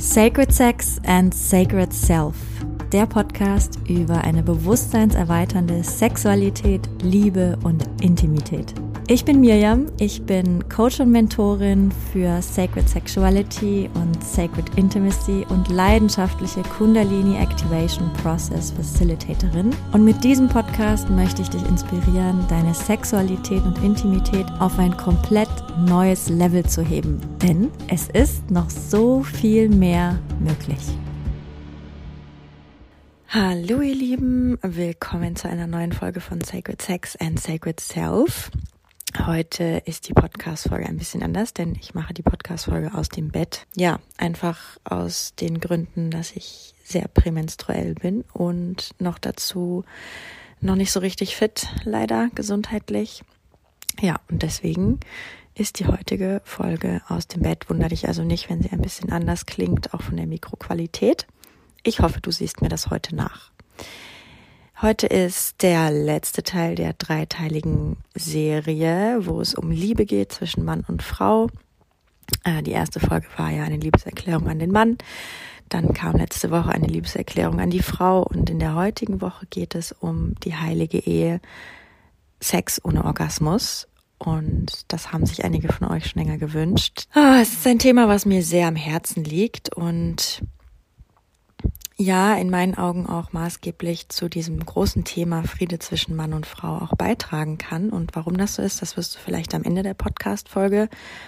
Sacred Sex and Sacred Self, der Podcast über eine bewusstseinserweiternde Sexualität, Liebe und Intimität. Ich bin Mirjam, ich bin Coach und Mentorin für Sacred Sexuality und Sacred Intimacy und leidenschaftliche Kundalini Activation Process Facilitatorin. Und mit diesem Podcast möchte ich dich inspirieren, deine Sexualität und Intimität auf ein komplett neues Level zu heben. Denn es ist noch so viel mehr möglich. Hallo ihr Lieben, willkommen zu einer neuen Folge von Sacred Sex and Sacred Self. Heute ist die Podcast-Folge ein bisschen anders, denn ich mache die Podcast-Folge aus dem Bett. Ja, einfach aus den Gründen, dass ich sehr prämenstruell bin und noch dazu noch nicht so richtig fit, leider gesundheitlich. Ja, und deswegen ist die heutige Folge aus dem Bett. Wunder dich also nicht, wenn sie ein bisschen anders klingt, auch von der Mikroqualität. Ich hoffe, du siehst mir das heute nach. Heute ist der letzte Teil der dreiteiligen Serie, wo es um Liebe geht zwischen Mann und Frau. Die erste Folge war ja eine Liebeserklärung an den Mann. Dann kam letzte Woche eine Liebeserklärung an die Frau. Und in der heutigen Woche geht es um die heilige Ehe, Sex ohne Orgasmus. Und das haben sich einige von euch schon länger gewünscht. Es ist ein Thema, was mir sehr am Herzen liegt und ja, in meinen Augen auch maßgeblich zu diesem großen Thema Friede zwischen Mann und Frau auch beitragen kann. Und warum das so ist, das wirst du vielleicht am Ende der Podcast-Folge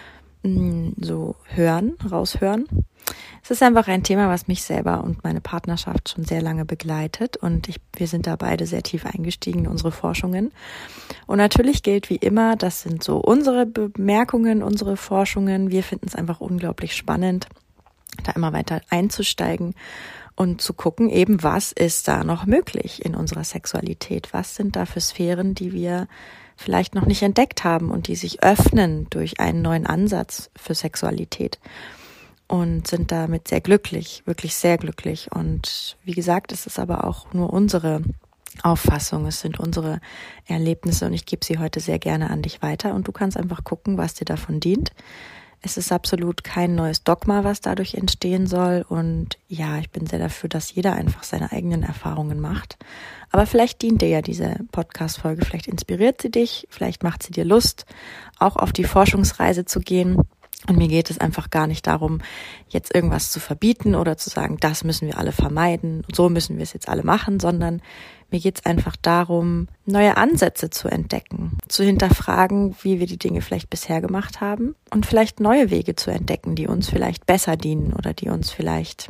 so raushören. Es ist einfach ein Thema, was mich selber und meine Partnerschaft schon sehr lange begleitet und wir sind da beide sehr tief eingestiegen in unsere Forschungen. Und natürlich gilt wie immer, das sind so unsere Bemerkungen, unsere Forschungen. Wir finden es einfach unglaublich spannend, da immer weiter einzusteigen und zu gucken, eben was ist da noch möglich in unserer Sexualität? Was sind da für Sphären, die wir vielleicht noch nicht entdeckt haben und die sich öffnen durch einen neuen Ansatz für Sexualität? Und sind damit sehr glücklich, wirklich sehr glücklich. Und wie gesagt, es ist aber auch nur unsere Auffassung, es sind unsere Erlebnisse und ich gebe sie heute sehr gerne an dich weiter und du kannst einfach gucken, was dir davon dient. Es ist absolut kein neues Dogma, was dadurch entstehen soll und ja, ich bin sehr dafür, dass jeder einfach seine eigenen Erfahrungen macht. Aber vielleicht dient dir ja diese Podcast-Folge, vielleicht inspiriert sie dich, vielleicht macht sie dir Lust, auch auf die Forschungsreise zu gehen. Und mir geht es einfach gar nicht darum, jetzt irgendwas zu verbieten oder zu sagen, das müssen wir alle vermeiden, so müssen wir es jetzt alle machen, sondern mir geht es einfach darum, neue Ansätze zu entdecken, zu hinterfragen, wie wir die Dinge vielleicht bisher gemacht haben und vielleicht neue Wege zu entdecken, die uns vielleicht besser dienen oder die uns vielleicht,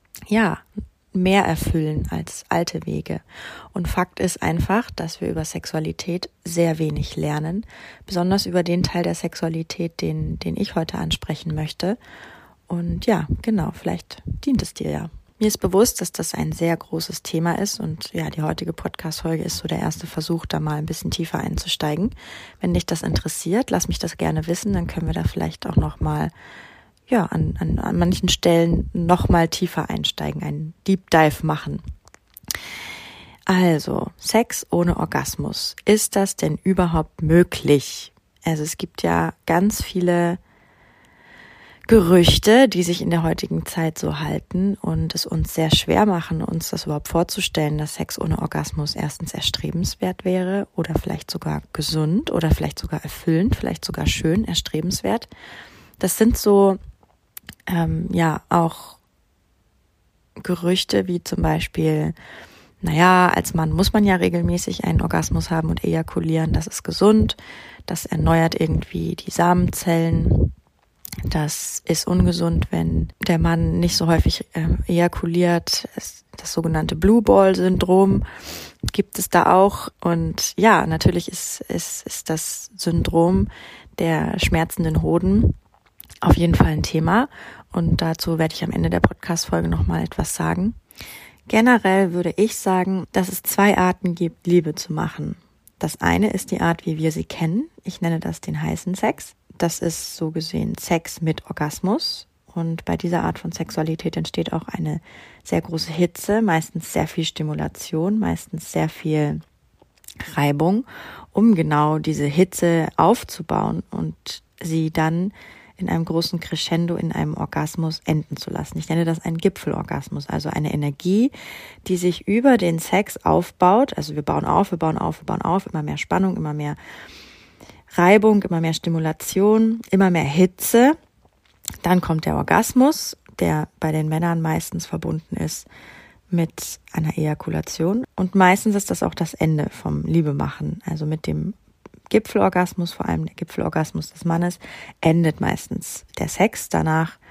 mehr erfüllen als alte Wege. Und Fakt ist einfach, dass wir über Sexualität sehr wenig lernen, besonders über den Teil der Sexualität, den ich heute ansprechen möchte. Und ja, genau, vielleicht dient es dir ja. Mir ist bewusst, dass das ein sehr großes Thema ist und ja, die heutige Podcast-Folge ist so der erste Versuch, da mal ein bisschen tiefer einzusteigen. Wenn dich das interessiert, lass mich das gerne wissen, dann können wir da vielleicht auch nochmal an manchen Stellen noch mal tiefer einsteigen, einen Deep Dive machen. Also, Sex ohne Orgasmus. Ist das denn überhaupt möglich? Also es gibt ja ganz viele Gerüchte, die sich in der heutigen Zeit so halten und es uns sehr schwer machen, uns das überhaupt vorzustellen, dass Sex ohne Orgasmus erstens erstrebenswert wäre oder vielleicht sogar gesund oder vielleicht sogar erfüllend, vielleicht sogar schön, erstrebenswert. Das sind so auch Gerüchte wie zum Beispiel, als Mann muss man ja regelmäßig einen Orgasmus haben und ejakulieren, das ist gesund, das erneuert irgendwie die Samenzellen, das ist ungesund, wenn der Mann nicht so häufig ejakuliert, das sogenannte Blue Ball Syndrom gibt es da auch und ja, natürlich ist das Syndrom der schmerzenden Hoden auf jeden Fall ein Thema und dazu werde ich am Ende der Podcast-Folge nochmal etwas sagen. Generell würde ich sagen, dass es zwei Arten gibt, Liebe zu machen. Das eine ist die Art, wie wir sie kennen. Ich nenne das den heißen Sex. Das ist so gesehen Sex mit Orgasmus und bei dieser Art von Sexualität entsteht auch eine sehr große Hitze, meistens sehr viel Stimulation, meistens sehr viel Reibung, um genau diese Hitze aufzubauen und sie dann in einem großen Crescendo, in einem Orgasmus enden zu lassen. Ich nenne das einen Gipfelorgasmus, also eine Energie, die sich über den Sex aufbaut. Also wir bauen auf, immer mehr Spannung, immer mehr Reibung, immer mehr Stimulation, immer mehr Hitze. Dann kommt der Orgasmus, der bei den Männern meistens verbunden ist mit einer Ejakulation. Und meistens ist das auch das Ende vom Liebemachen, also mit dem Gipfelorgasmus, vor allem der Gipfelorgasmus des Mannes, endet meistens der Sex. Danach,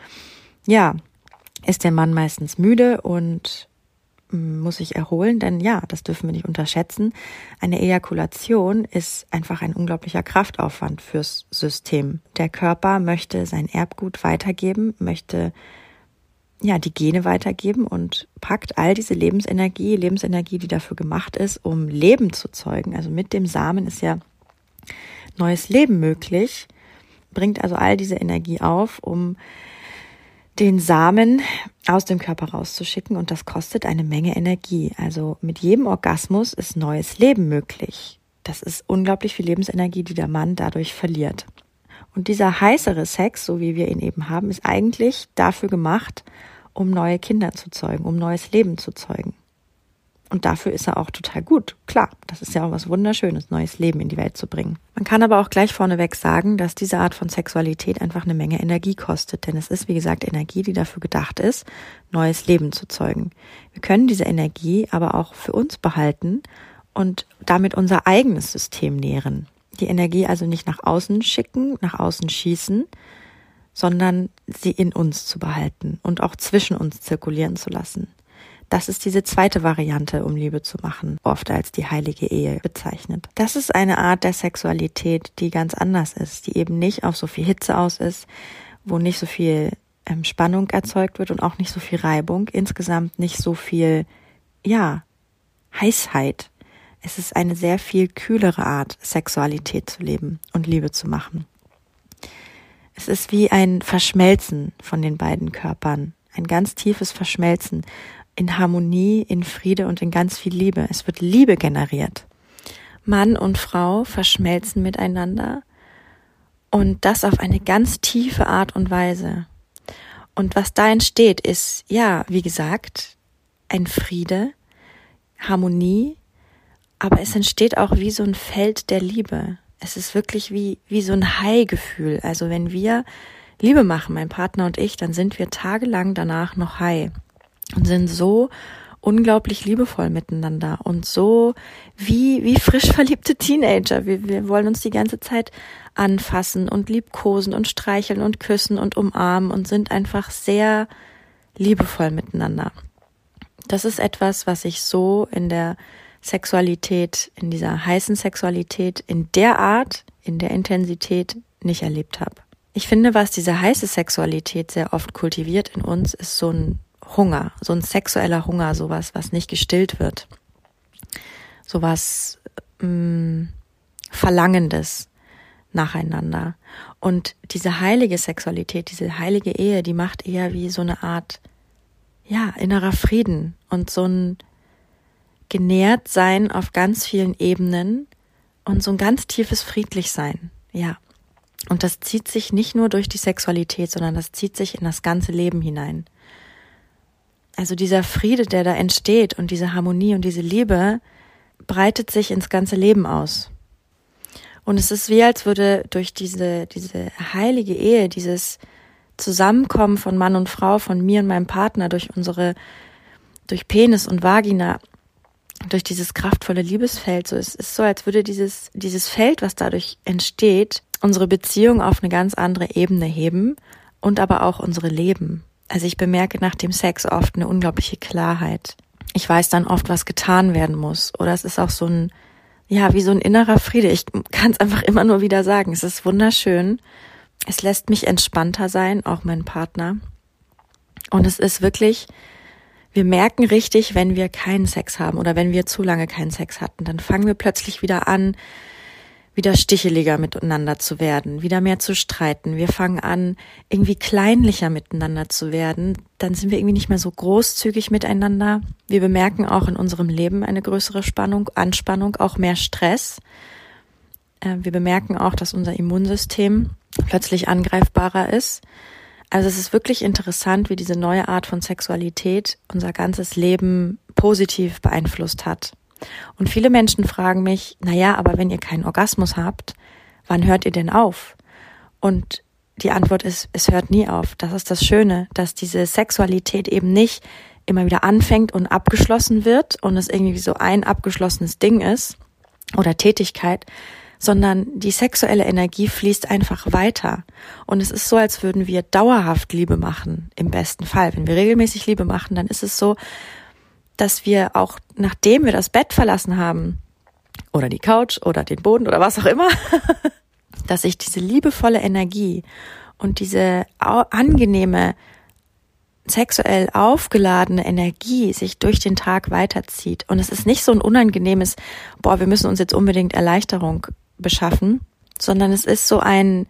ist der Mann meistens müde und muss sich erholen, denn das dürfen wir nicht unterschätzen. Eine Ejakulation ist einfach ein unglaublicher Kraftaufwand fürs System. Der Körper möchte sein Erbgut weitergeben, möchte die Gene weitergeben und packt all diese Lebensenergie, die dafür gemacht ist, um Leben zu zeugen. Also mit dem Samen ist ja neues Leben möglich, bringt also all diese Energie auf, um den Samen aus dem Körper rauszuschicken, und das kostet eine Menge Energie. Also mit jedem Orgasmus ist neues Leben möglich. Das ist unglaublich viel Lebensenergie, die der Mann dadurch verliert. Und dieser heißere Sex, so wie wir ihn eben haben, ist eigentlich dafür gemacht, um neue Kinder zu zeugen, um neues Leben zu zeugen. Und dafür ist er auch total gut. Klar, das ist ja auch was Wunderschönes, neues Leben in die Welt zu bringen. Man kann aber auch gleich vorneweg sagen, dass diese Art von Sexualität einfach eine Menge Energie kostet. Denn es ist, wie gesagt, Energie, die dafür gedacht ist, neues Leben zu zeugen. Wir können diese Energie aber auch für uns behalten und damit unser eigenes System nähren. Die Energie also nicht nach außen schicken, nach außen schießen, sondern sie in uns zu behalten und auch zwischen uns zirkulieren zu lassen. Das ist diese zweite Variante, um Liebe zu machen, oft als die heilige Ehe bezeichnet. Das ist eine Art der Sexualität, die ganz anders ist, die eben nicht auf so viel Hitze aus ist, wo nicht so viel Spannung erzeugt wird und auch nicht so viel Reibung, insgesamt nicht so viel, Heißheit. Es ist eine sehr viel kühlere Art, Sexualität zu leben und Liebe zu machen. Es ist wie ein Verschmelzen von den beiden Körpern, ein ganz tiefes Verschmelzen, in Harmonie, in Friede und in ganz viel Liebe. Es wird Liebe generiert. Mann und Frau verschmelzen miteinander und das auf eine ganz tiefe Art und Weise. Und was da entsteht, ist, wie gesagt, ein Friede, Harmonie, aber es entsteht auch wie so ein Feld der Liebe. Es ist wirklich wie so ein High-Gefühl. Also wenn wir Liebe machen, mein Partner und ich, dann sind wir tagelang danach noch high. Und sind so unglaublich liebevoll miteinander und so wie frisch verliebte Teenager. Wir wollen uns die ganze Zeit anfassen und liebkosen und streicheln und küssen und umarmen und sind einfach sehr liebevoll miteinander. Das ist etwas, was ich so in der Sexualität, in dieser heißen Sexualität, in der Art, in der Intensität nicht erlebt habe. Ich finde, was diese heiße Sexualität sehr oft kultiviert in uns, ist so ein Hunger, so ein sexueller Hunger, sowas, was nicht gestillt wird. Sowas Verlangendes nacheinander. Und diese heilige Sexualität, diese heilige Ehe, die macht eher wie so eine Art, innerer Frieden und so ein genährt sein auf ganz vielen Ebenen und so ein ganz tiefes Friedlichsein, Und das zieht sich nicht nur durch die Sexualität, sondern das zieht sich in das ganze Leben hinein. Also dieser Friede, der da entsteht und diese Harmonie und diese Liebe breitet sich ins ganze Leben aus. Und es ist wie, als würde durch diese heilige Ehe, dieses Zusammenkommen von Mann und Frau, von mir und meinem Partner, durch Penis und Vagina, durch dieses kraftvolle Liebesfeld, es ist so, als würde dieses Feld, was dadurch entsteht, unsere Beziehung auf eine ganz andere Ebene heben und aber auch unsere Leben. Also ich bemerke nach dem Sex oft eine unglaubliche Klarheit. Ich weiß dann oft, was getan werden muss. Oder es ist auch so ein, wie so ein innerer Friede. Ich kann es einfach immer nur wieder sagen. Es ist wunderschön. Es lässt mich entspannter sein, auch mein Partner. Und es ist wirklich, wir merken richtig, wenn wir keinen Sex haben oder wenn wir zu lange keinen Sex hatten, dann fangen wir plötzlich wieder an, wieder sticheliger miteinander zu werden, wieder mehr zu streiten. Wir fangen an, irgendwie kleinlicher miteinander zu werden. Dann sind wir irgendwie nicht mehr so großzügig miteinander. Wir bemerken auch in unserem Leben eine größere Anspannung, auch mehr Stress. Wir bemerken auch, dass unser Immunsystem plötzlich angreifbarer ist. Also es ist wirklich interessant, wie diese neue Art von Sexualität unser ganzes Leben positiv beeinflusst hat. Und viele Menschen fragen mich, naja, aber wenn ihr keinen Orgasmus habt, wann hört ihr denn auf? Und die Antwort ist, es hört nie auf. Das ist das Schöne, dass diese Sexualität eben nicht immer wieder anfängt und abgeschlossen wird und es irgendwie so ein abgeschlossenes Ding ist oder Tätigkeit, sondern die sexuelle Energie fließt einfach weiter. Und es ist so, als würden wir dauerhaft Liebe machen, im besten Fall. Wenn wir regelmäßig Liebe machen, dann ist es so, dass wir auch, nachdem wir das Bett verlassen haben, oder die Couch oder den Boden oder was auch immer, dass sich diese liebevolle Energie und diese angenehme, sexuell aufgeladene Energie sich durch den Tag weiterzieht. Und es ist nicht so ein unangenehmes, wir müssen uns jetzt unbedingt Erleichterung beschaffen, sondern es ist so eine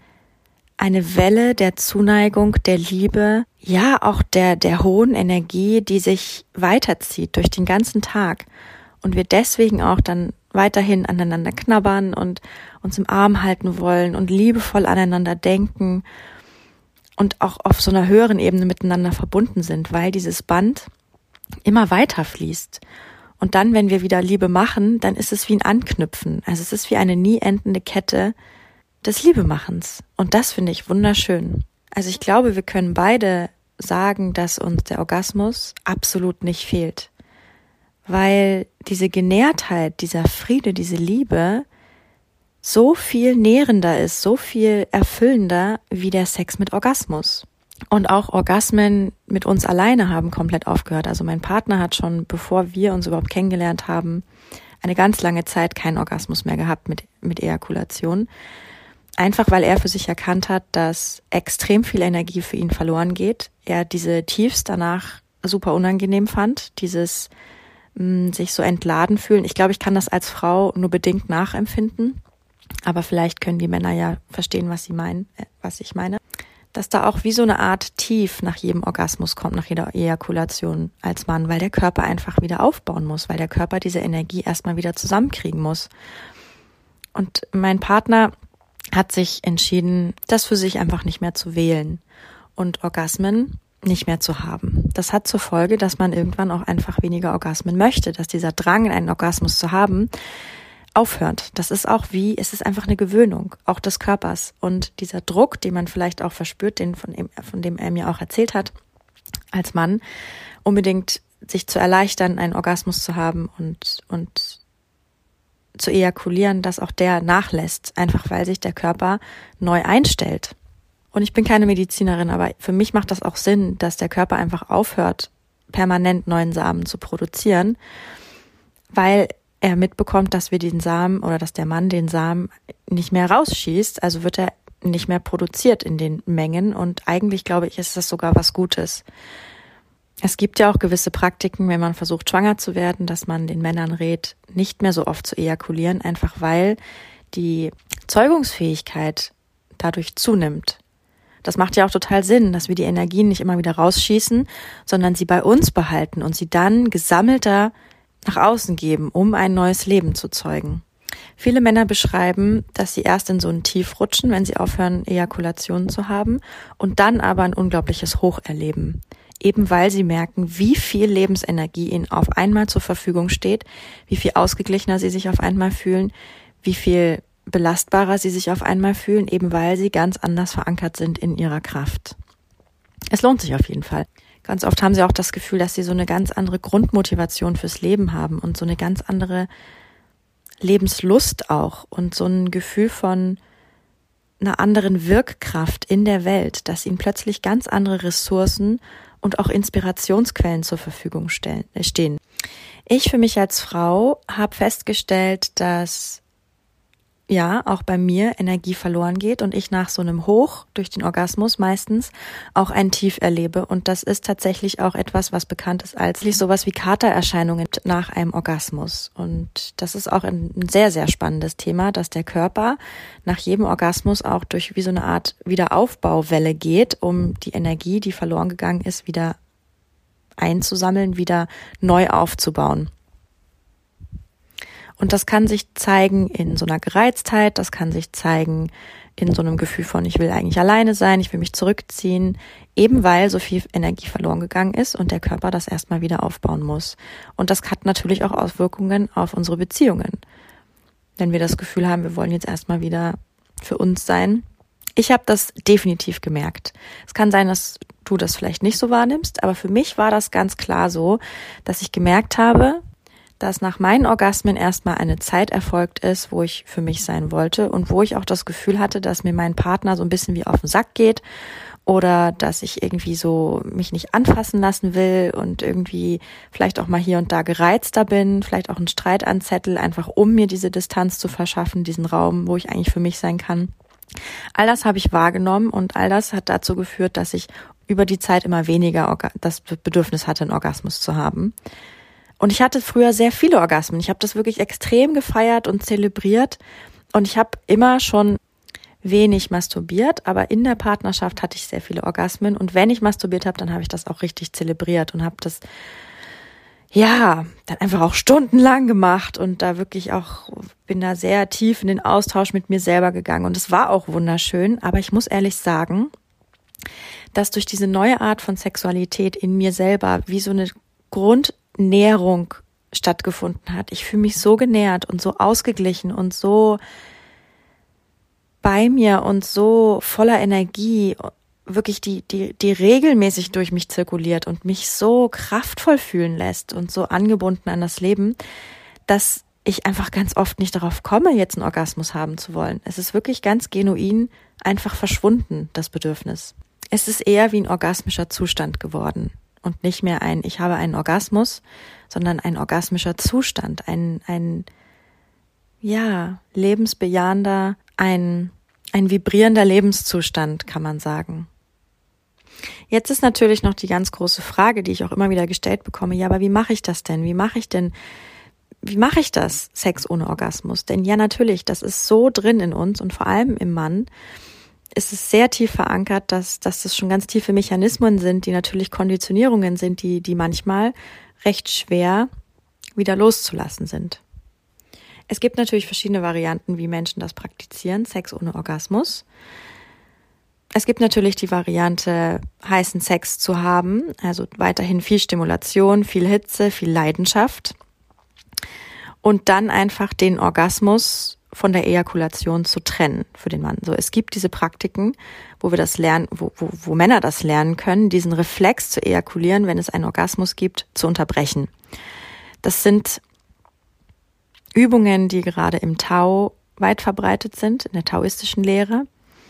Welle der Zuneigung, der Liebe, ja auch der hohen Energie, die sich weiterzieht durch den ganzen Tag. Und wir deswegen auch dann weiterhin aneinander knabbern und uns im Arm halten wollen und liebevoll aneinander denken und auch auf so einer höheren Ebene miteinander verbunden sind, weil dieses Band immer weiter fließt. Und dann, wenn wir wieder Liebe machen, dann ist es wie ein Anknüpfen. Also es ist wie eine nie endende Kette des Liebemachens. Und das finde ich wunderschön. Also ich glaube, wir können beide sagen, dass uns der Orgasmus absolut nicht fehlt. Weil diese Genährtheit, dieser Friede, diese Liebe so viel nährender ist, so viel erfüllender wie der Sex mit Orgasmus. Und auch Orgasmen mit uns alleine haben komplett aufgehört. Also mein Partner hat schon, bevor wir uns überhaupt kennengelernt haben, eine ganz lange Zeit keinen Orgasmus mehr gehabt mit Ejakulation. Einfach weil er für sich erkannt hat, dass extrem viel Energie für ihn verloren geht. Er diese Tiefs danach super unangenehm fand, dieses sich so entladen fühlen. Ich glaube, ich kann das als Frau nur bedingt nachempfinden. Aber vielleicht können die Männer ja verstehen, was ich meine. Dass da auch wie so eine Art Tief nach jedem Orgasmus kommt, nach jeder Ejakulation als Mann, weil der Körper einfach wieder aufbauen muss, weil der Körper diese Energie erstmal wieder zusammenkriegen muss. Und mein Partner hat sich entschieden, das für sich einfach nicht mehr zu wählen und Orgasmen nicht mehr zu haben. Das hat zur Folge, dass man irgendwann auch einfach weniger Orgasmen möchte, dass dieser Drang, einen Orgasmus zu haben, aufhört. Das ist auch es ist einfach eine Gewöhnung, auch des Körpers. Und dieser Druck, den man vielleicht auch verspürt, von dem er mir auch erzählt hat, als Mann, unbedingt sich zu erleichtern, einen Orgasmus zu haben und zu ejakulieren, dass auch der nachlässt, einfach weil sich der Körper neu einstellt. Und ich bin keine Medizinerin, aber für mich macht das auch Sinn, dass der Körper einfach aufhört, permanent neuen Samen zu produzieren, weil er mitbekommt, dass wir den Samen oder dass der Mann den Samen nicht mehr rausschießt, also wird er nicht mehr produziert in den Mengen und eigentlich, glaube ich, ist das sogar was Gutes. Es gibt ja auch gewisse Praktiken, wenn man versucht, schwanger zu werden, dass man den Männern rät, nicht mehr so oft zu ejakulieren, einfach weil die Zeugungsfähigkeit dadurch zunimmt. Das macht ja auch total Sinn, dass wir die Energien nicht immer wieder rausschießen, sondern sie bei uns behalten und sie dann gesammelter nach außen geben, um ein neues Leben zu zeugen. Viele Männer beschreiben, dass sie erst in so ein Tief rutschen, wenn sie aufhören, Ejakulationen zu haben und dann aber ein unglaubliches Hoch erleben. Eben weil sie merken, wie viel Lebensenergie ihnen auf einmal zur Verfügung steht, wie viel ausgeglichener sie sich auf einmal fühlen, wie viel belastbarer sie sich auf einmal fühlen, eben weil sie ganz anders verankert sind in ihrer Kraft. Es lohnt sich auf jeden Fall. Ganz oft haben sie auch das Gefühl, dass sie so eine ganz andere Grundmotivation fürs Leben haben und so eine ganz andere Lebenslust auch und so ein Gefühl von einer anderen Wirkkraft in der Welt, dass ihnen plötzlich ganz andere Ressourcen und auch Inspirationsquellen zur Verfügung stehen. Ich für mich als Frau habe festgestellt, dass ja, auch bei mir Energie verloren geht und ich nach so einem Hoch durch den Orgasmus meistens auch ein Tief erlebe. Und das ist tatsächlich auch etwas, was bekannt ist als sowas wie Katererscheinungen nach einem Orgasmus. Und das ist auch ein sehr, sehr spannendes Thema, dass der Körper nach jedem Orgasmus auch durch wie so eine Art Wiederaufbauwelle geht, um die Energie, die verloren gegangen ist, wieder einzusammeln, wieder neu aufzubauen. Und das kann sich zeigen in so einer Gereiztheit, das kann sich zeigen in so einem Gefühl von, ich will eigentlich alleine sein, ich will mich zurückziehen, eben weil so viel Energie verloren gegangen ist und der Körper das erstmal wieder aufbauen muss. Und das hat natürlich auch Auswirkungen auf unsere Beziehungen. Wenn wir das Gefühl haben, wir wollen jetzt erstmal wieder für uns sein. Ich habe das definitiv gemerkt. Es kann sein, dass du das vielleicht nicht so wahrnimmst, aber für mich war das ganz klar so, dass ich gemerkt habe, dass nach meinen Orgasmen erstmal eine Zeit erfolgt ist, wo ich für mich sein wollte und wo ich auch das Gefühl hatte, dass mir mein Partner so ein bisschen wie auf den Sack geht oder dass ich irgendwie so mich nicht anfassen lassen will und irgendwie vielleicht auch mal hier und da gereizter bin, vielleicht auch einen Streit anzettel, einfach um mir diese Distanz zu verschaffen, diesen Raum, wo ich eigentlich für mich sein kann. All das habe ich wahrgenommen und all das hat dazu geführt, dass ich über die Zeit immer weniger das Bedürfnis hatte, einen Orgasmus zu haben. Und ich hatte früher sehr viele Orgasmen. Ich habe das wirklich extrem gefeiert und zelebriert. Und ich habe immer schon wenig masturbiert, aber in der Partnerschaft hatte ich sehr viele Orgasmen. Und wenn ich masturbiert habe, dann habe ich das auch richtig zelebriert und habe das, ja, dann einfach auch stundenlang gemacht und da wirklich auch, bin da sehr tief in den Austausch mit mir selber gegangen. Und es war auch wunderschön. Aber ich muss ehrlich sagen, dass durch diese neue Art von Sexualität in mir selber wie so eine Grundnährung stattgefunden hat. Ich fühle mich so genährt und so ausgeglichen und so bei mir und so voller Energie, wirklich die regelmäßig durch mich zirkuliert und mich so kraftvoll fühlen lässt und so angebunden an das Leben, dass ich einfach ganz oft nicht darauf komme, jetzt einen Orgasmus haben zu wollen. Es ist wirklich ganz genuin einfach verschwunden, das Bedürfnis. Es ist eher wie ein orgasmischer Zustand geworden. Und nicht mehr ich habe einen Orgasmus, sondern ein orgasmischer Zustand, ein lebensbejahender, ein vibrierender Lebenszustand, kann man sagen. Jetzt ist natürlich noch die ganz große Frage, die ich auch immer wieder gestellt bekomme, ja, aber wie mache ich das denn? Wie mache ich das, Sex ohne Orgasmus? Denn ja, natürlich, das ist so drin in uns und vor allem im Mann, ist es sehr tief verankert, dass das schon ganz tiefe Mechanismen sind, die natürlich Konditionierungen sind, die manchmal recht schwer wieder loszulassen sind. Es gibt natürlich verschiedene Varianten, wie Menschen das praktizieren, Sex ohne Orgasmus. Es gibt natürlich die Variante, heißen Sex zu haben, also weiterhin viel Stimulation, viel Hitze, viel Leidenschaft und dann einfach den Orgasmus von der Ejakulation zu trennen für den Mann. So, es gibt diese Praktiken, wo wir das lernen, wo Männer das lernen können, diesen Reflex zu ejakulieren, wenn es einen Orgasmus gibt, zu unterbrechen. Das sind Übungen, die gerade im Tao weit verbreitet sind, in der taoistischen Lehre,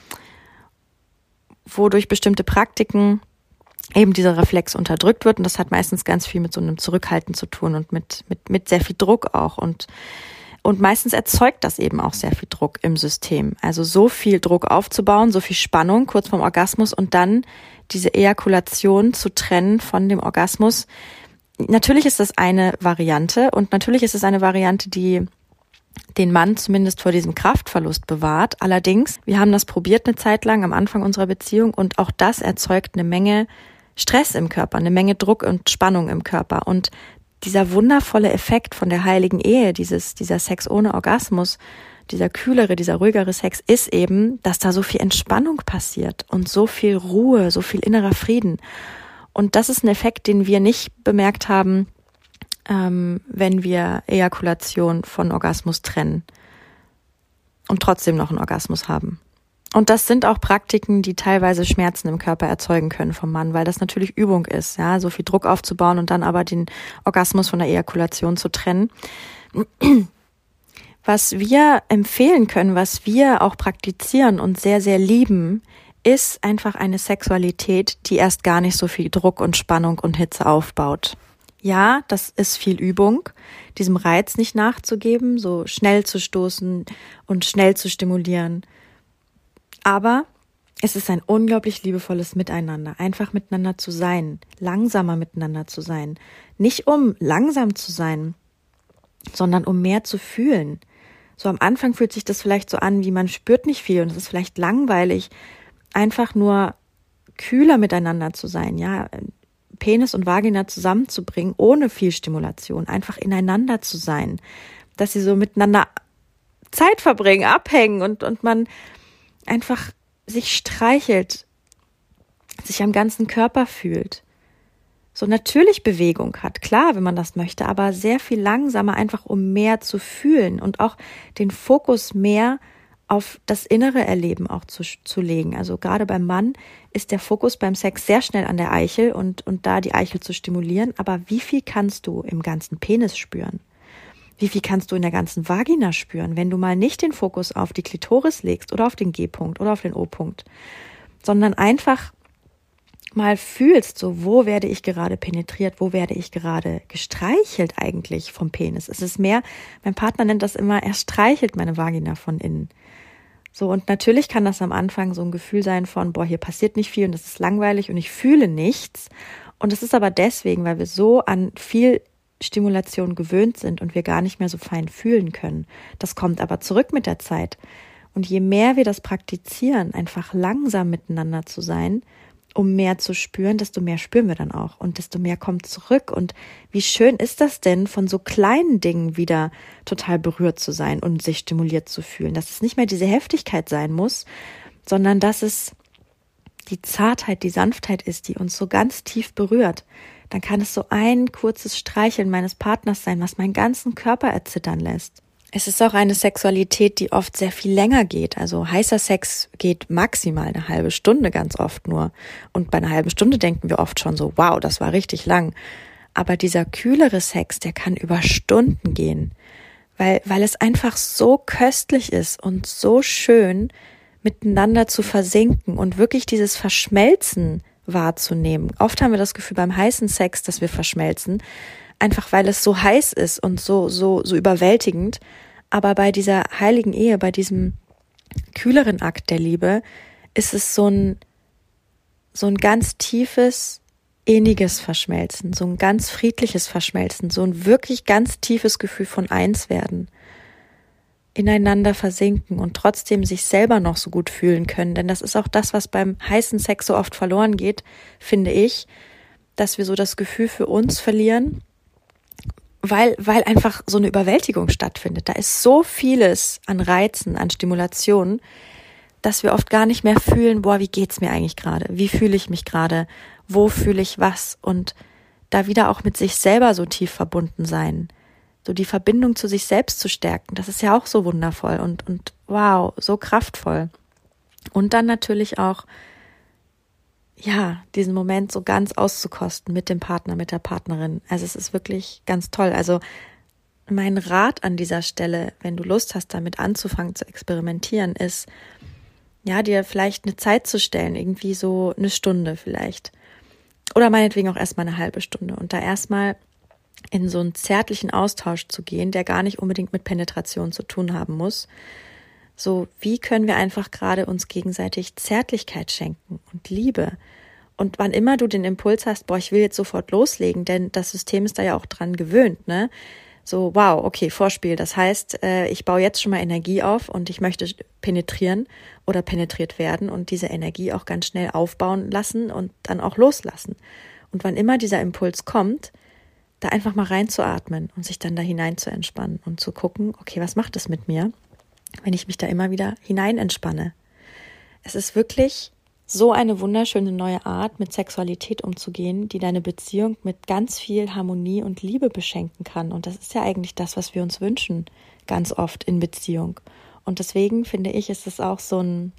wo durch bestimmte Praktiken eben dieser Reflex unterdrückt wird. Und das hat meistens ganz viel mit so einem Zurückhalten zu tun und mit sehr viel Druck auch. Und meistens erzeugt das eben auch sehr viel Druck im System. Also so viel Druck aufzubauen, so viel Spannung kurz vorm Orgasmus und dann diese Ejakulation zu trennen von dem Orgasmus. Natürlich ist das eine Variante und natürlich ist es eine Variante, die den Mann zumindest vor diesem Kraftverlust bewahrt. Allerdings, wir haben das probiert eine Zeit lang am Anfang unserer Beziehung und auch das erzeugt eine Menge Stress im Körper, eine Menge Druck und Spannung im Körper. Und dieser wundervolle Effekt von der heiligen Ehe, dieser Sex ohne Orgasmus, dieser kühlere, dieser ruhigere Sex ist eben, dass da so viel Entspannung passiert und so viel Ruhe, so viel innerer Frieden. Und das ist ein Effekt, den wir nicht bemerkt haben, wenn wir Ejakulation von Orgasmus trennen und trotzdem noch einen Orgasmus haben. Und das sind auch Praktiken, die teilweise Schmerzen im Körper erzeugen können vom Mann, weil das natürlich Übung ist, ja, so viel Druck aufzubauen und dann aber den Orgasmus von der Ejakulation zu trennen. Was wir empfehlen können, was wir auch praktizieren und sehr, sehr lieben, ist einfach eine Sexualität, die erst gar nicht so viel Druck und Spannung und Hitze aufbaut. Ja, das ist viel Übung, diesem Reiz nicht nachzugeben, so schnell zu stoßen und schnell zu stimulieren. Aber es ist ein unglaublich liebevolles Miteinander, einfach miteinander zu sein, langsamer miteinander zu sein. Nicht um langsam zu sein, sondern um mehr zu fühlen. So am Anfang fühlt sich das vielleicht so an, wie man spürt nicht viel und es ist vielleicht langweilig, einfach nur kühler miteinander zu sein, ja, Penis und Vagina zusammenzubringen, ohne viel Stimulation, einfach ineinander zu sein. dass sie so miteinander Zeit verbringen, abhängen und man einfach sich streichelt, sich am ganzen Körper fühlt. So natürlich Bewegung hat, klar, wenn man das möchte, aber sehr viel langsamer, einfach um mehr zu fühlen und auch den Fokus mehr auf das innere Erleben auch zu legen. Also gerade beim Mann ist der Fokus beim Sex sehr schnell an der Eichel und da die Eichel zu stimulieren, aber wie viel kannst du im ganzen Penis spüren? Wie viel kannst du in der ganzen Vagina spüren, wenn du mal nicht den Fokus auf die Klitoris legst oder auf den G-Punkt oder auf den O-Punkt, sondern einfach mal fühlst, so wo werde ich gerade penetriert, wo werde ich gerade gestreichelt eigentlich vom Penis. Es ist mehr, mein Partner nennt das immer, er streichelt meine Vagina von innen. So, und natürlich kann das am Anfang so ein Gefühl sein von, boah, hier passiert nicht viel und das ist langweilig und ich fühle nichts. Und es ist aber deswegen, weil wir so an viel Stimulation gewöhnt sind und wir gar nicht mehr so fein fühlen können. Das kommt aber zurück mit der Zeit. Und je mehr wir das praktizieren, einfach langsam miteinander zu sein, um mehr zu spüren, desto mehr spüren wir dann auch und desto mehr kommt zurück. Und wie schön ist das denn, von so kleinen Dingen wieder total berührt zu sein und sich stimuliert zu fühlen, dass es nicht mehr diese Heftigkeit sein muss, sondern dass es die Zartheit, die Sanftheit ist, die uns so ganz tief berührt. Dann kann es so ein kurzes Streicheln meines Partners sein, was meinen ganzen Körper erzittern lässt. Es ist auch eine Sexualität, die oft sehr viel länger geht. Also heißer Sex geht maximal eine halbe Stunde ganz oft nur. Und bei einer halben Stunde denken wir oft schon so, wow, das war richtig lang. Aber dieser kühlere Sex, der kann über Stunden gehen. Weil es einfach so köstlich ist und so schön, miteinander zu versinken und wirklich dieses Verschmelzen wahrzunehmen. Oft haben wir das Gefühl beim heißen Sex, dass wir verschmelzen, einfach weil es so heiß ist und so überwältigend. Aber bei dieser heiligen Ehe, bei diesem kühleren Akt der Liebe, ist es so ein ganz tiefes, inniges Verschmelzen, so ein ganz friedliches Verschmelzen, so ein wirklich ganz tiefes Gefühl von Einswerden, ineinander versinken und trotzdem sich selber noch so gut fühlen können. Denn das ist auch das, was beim heißen Sex so oft verloren geht, finde ich, dass wir so das Gefühl für uns verlieren, weil einfach so eine Überwältigung stattfindet. Da ist so vieles an Reizen, an Stimulationen, dass wir oft gar nicht mehr fühlen, boah, wie geht's mir eigentlich gerade? Wie fühle ich mich gerade? Wo fühle ich was? Und da wieder auch mit sich selber so tief verbunden sein. So die Verbindung zu sich selbst zu stärken, das ist ja auch so wundervoll und wow, so kraftvoll. Und dann natürlich auch, ja, diesen Moment so ganz auszukosten mit dem Partner, mit der Partnerin. Also es ist wirklich ganz toll. Also mein Rat an dieser Stelle, wenn du Lust hast, damit anzufangen zu experimentieren, ist, ja, dir vielleicht eine Zeit zu stellen, irgendwie so eine Stunde vielleicht. Oder meinetwegen auch erstmal eine halbe Stunde und da erstmal in so einen zärtlichen Austausch zu gehen, der gar nicht unbedingt mit Penetration zu tun haben muss. So, wie können wir einfach gerade uns gegenseitig Zärtlichkeit schenken und Liebe? Und wann immer du den Impuls hast, boah, ich will jetzt sofort loslegen, denn das System ist da ja auch dran gewöhnt, ne? So, wow, okay, Vorspiel. Das heißt, ich baue jetzt schon mal Energie auf und ich möchte penetrieren oder penetriert werden und diese Energie auch ganz schnell aufbauen lassen und dann auch loslassen. Und wann immer dieser Impuls kommt, da einfach mal reinzuatmen und sich dann da hinein zu entspannen und zu gucken, okay, was macht es mit mir, wenn ich mich da immer wieder hinein entspanne? Es ist wirklich so eine wunderschöne neue Art, mit Sexualität umzugehen, die deine Beziehung mit ganz viel Harmonie und Liebe beschenken kann. Und das ist ja eigentlich das, was wir uns wünschen, ganz oft in Beziehung. Und deswegen finde ich, ist es auch so ein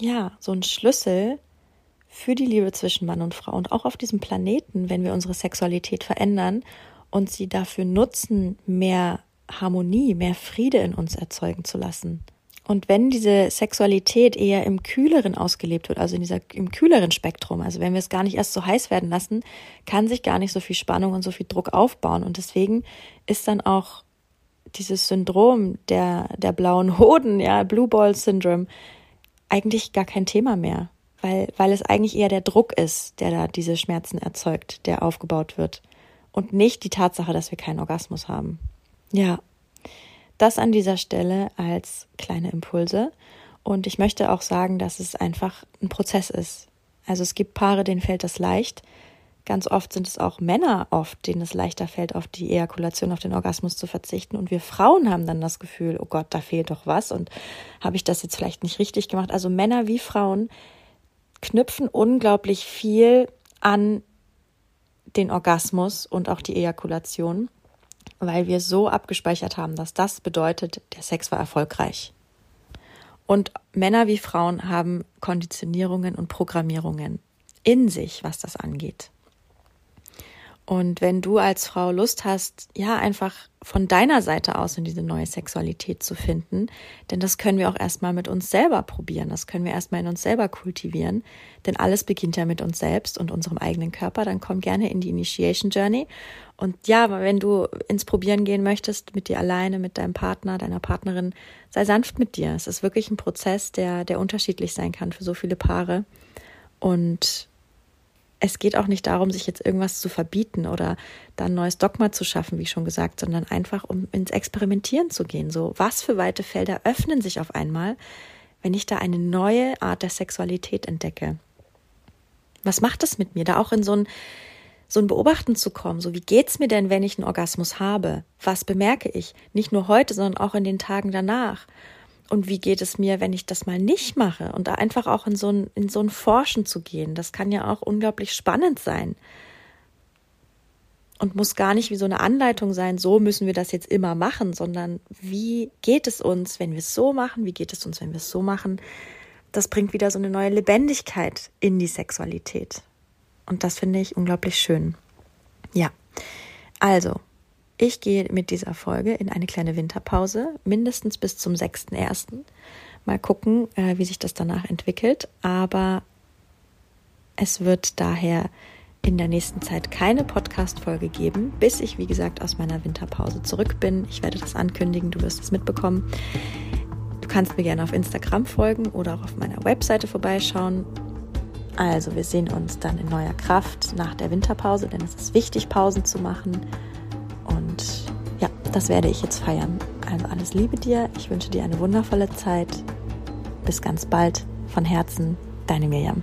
Schlüssel für die Liebe zwischen Mann und Frau und auch auf diesem Planeten, wenn wir unsere Sexualität verändern und sie dafür nutzen, mehr Harmonie, mehr Friede in uns erzeugen zu lassen. Und wenn diese Sexualität eher im Kühleren ausgelebt wird, also im kühleren Spektrum, also wenn wir es gar nicht erst so heiß werden lassen, kann sich gar nicht so viel Spannung und so viel Druck aufbauen. Und deswegen ist dann auch dieses Syndrom der blauen Hoden, ja, Blue Ball Syndrome, eigentlich gar kein Thema mehr, weil es eigentlich eher der Druck ist, der da diese Schmerzen erzeugt, der aufgebaut wird. Und nicht die Tatsache, dass wir keinen Orgasmus haben. Ja, das an dieser Stelle als kleine Impulse. Und ich möchte auch sagen, dass es einfach ein Prozess ist. Also es gibt Paare, denen fällt das leicht, Ganz oft sind es auch Männer denen es leichter fällt, auf die Ejakulation, auf den Orgasmus zu verzichten. Und wir Frauen haben dann das Gefühl, oh Gott, da fehlt doch was und habe ich das jetzt vielleicht nicht richtig gemacht. Also Männer wie Frauen knüpfen unglaublich viel an den Orgasmus und auch die Ejakulation, weil wir so abgespeichert haben, dass das bedeutet, der Sex war erfolgreich. Und Männer wie Frauen haben Konditionierungen und Programmierungen in sich, was das angeht. Und wenn du als Frau Lust hast, ja, einfach von deiner Seite aus in diese neue Sexualität zu finden, denn das können wir auch erstmal mit uns selber probieren, das können wir erstmal in uns selber kultivieren, denn alles beginnt ja mit uns selbst und unserem eigenen Körper, dann komm gerne in die Initiation Journey. Und ja, wenn du ins Probieren gehen möchtest, mit dir alleine, mit deinem Partner, deiner Partnerin, sei sanft mit dir. Es ist wirklich ein Prozess, der unterschiedlich sein kann für so viele Paare. Und es geht auch nicht darum, sich jetzt irgendwas zu verbieten oder da ein neues Dogma zu schaffen, wie schon gesagt, sondern einfach, um ins Experimentieren zu gehen. So, was für weite Felder öffnen sich auf einmal, wenn ich da eine neue Art der Sexualität entdecke? Was macht das mit mir? Da auch in so ein Beobachten zu kommen. So, wie geht's mir denn, wenn ich einen Orgasmus habe? Was bemerke ich? Nicht nur heute, sondern auch in den Tagen danach. Und wie geht es mir, wenn ich das mal nicht mache? Und da einfach auch in so ein Forschen zu gehen, das kann ja auch unglaublich spannend sein. Und muss gar nicht wie so eine Anleitung sein, so müssen wir das jetzt immer machen, sondern wie geht es uns, wenn wir es so machen? Wie geht es uns, wenn wir es so machen? Das bringt wieder so eine neue Lebendigkeit in die Sexualität. Und das finde ich unglaublich schön. Ja, also ich gehe mit dieser Folge in eine kleine Winterpause, mindestens bis zum 6.1. Mal gucken, wie sich das danach entwickelt. Aber es wird daher in der nächsten Zeit keine Podcast-Folge geben, bis ich, wie gesagt, aus meiner Winterpause zurück bin. Ich werde das ankündigen, du wirst es mitbekommen. Du kannst mir gerne auf Instagram folgen oder auch auf meiner Webseite vorbeischauen. Also wir sehen uns dann in neuer Kraft nach der Winterpause, denn es ist wichtig, Pausen zu machen. Und ja, das werde ich jetzt feiern. Also alles Liebe dir. Ich wünsche dir eine wundervolle Zeit. Bis ganz bald. Von Herzen, deine Miriam.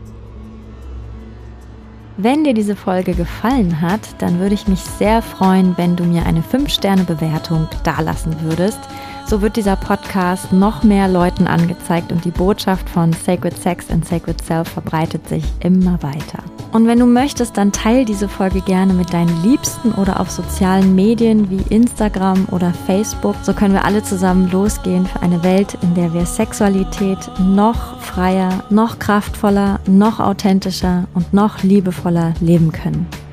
Wenn dir diese Folge gefallen hat, dann würde ich mich sehr freuen, wenn du mir eine 5-Sterne-Bewertung dalassen würdest. So wird dieser Podcast noch mehr Leuten angezeigt und die Botschaft von Sacred Sex and Sacred Self verbreitet sich immer weiter. Und wenn du möchtest, dann teile diese Folge gerne mit deinen Liebsten oder auf sozialen Medien wie Instagram oder Facebook. So können wir alle zusammen losgehen für eine Welt, in der wir Sexualität noch freier, noch kraftvoller, noch authentischer und noch liebevoller leben können.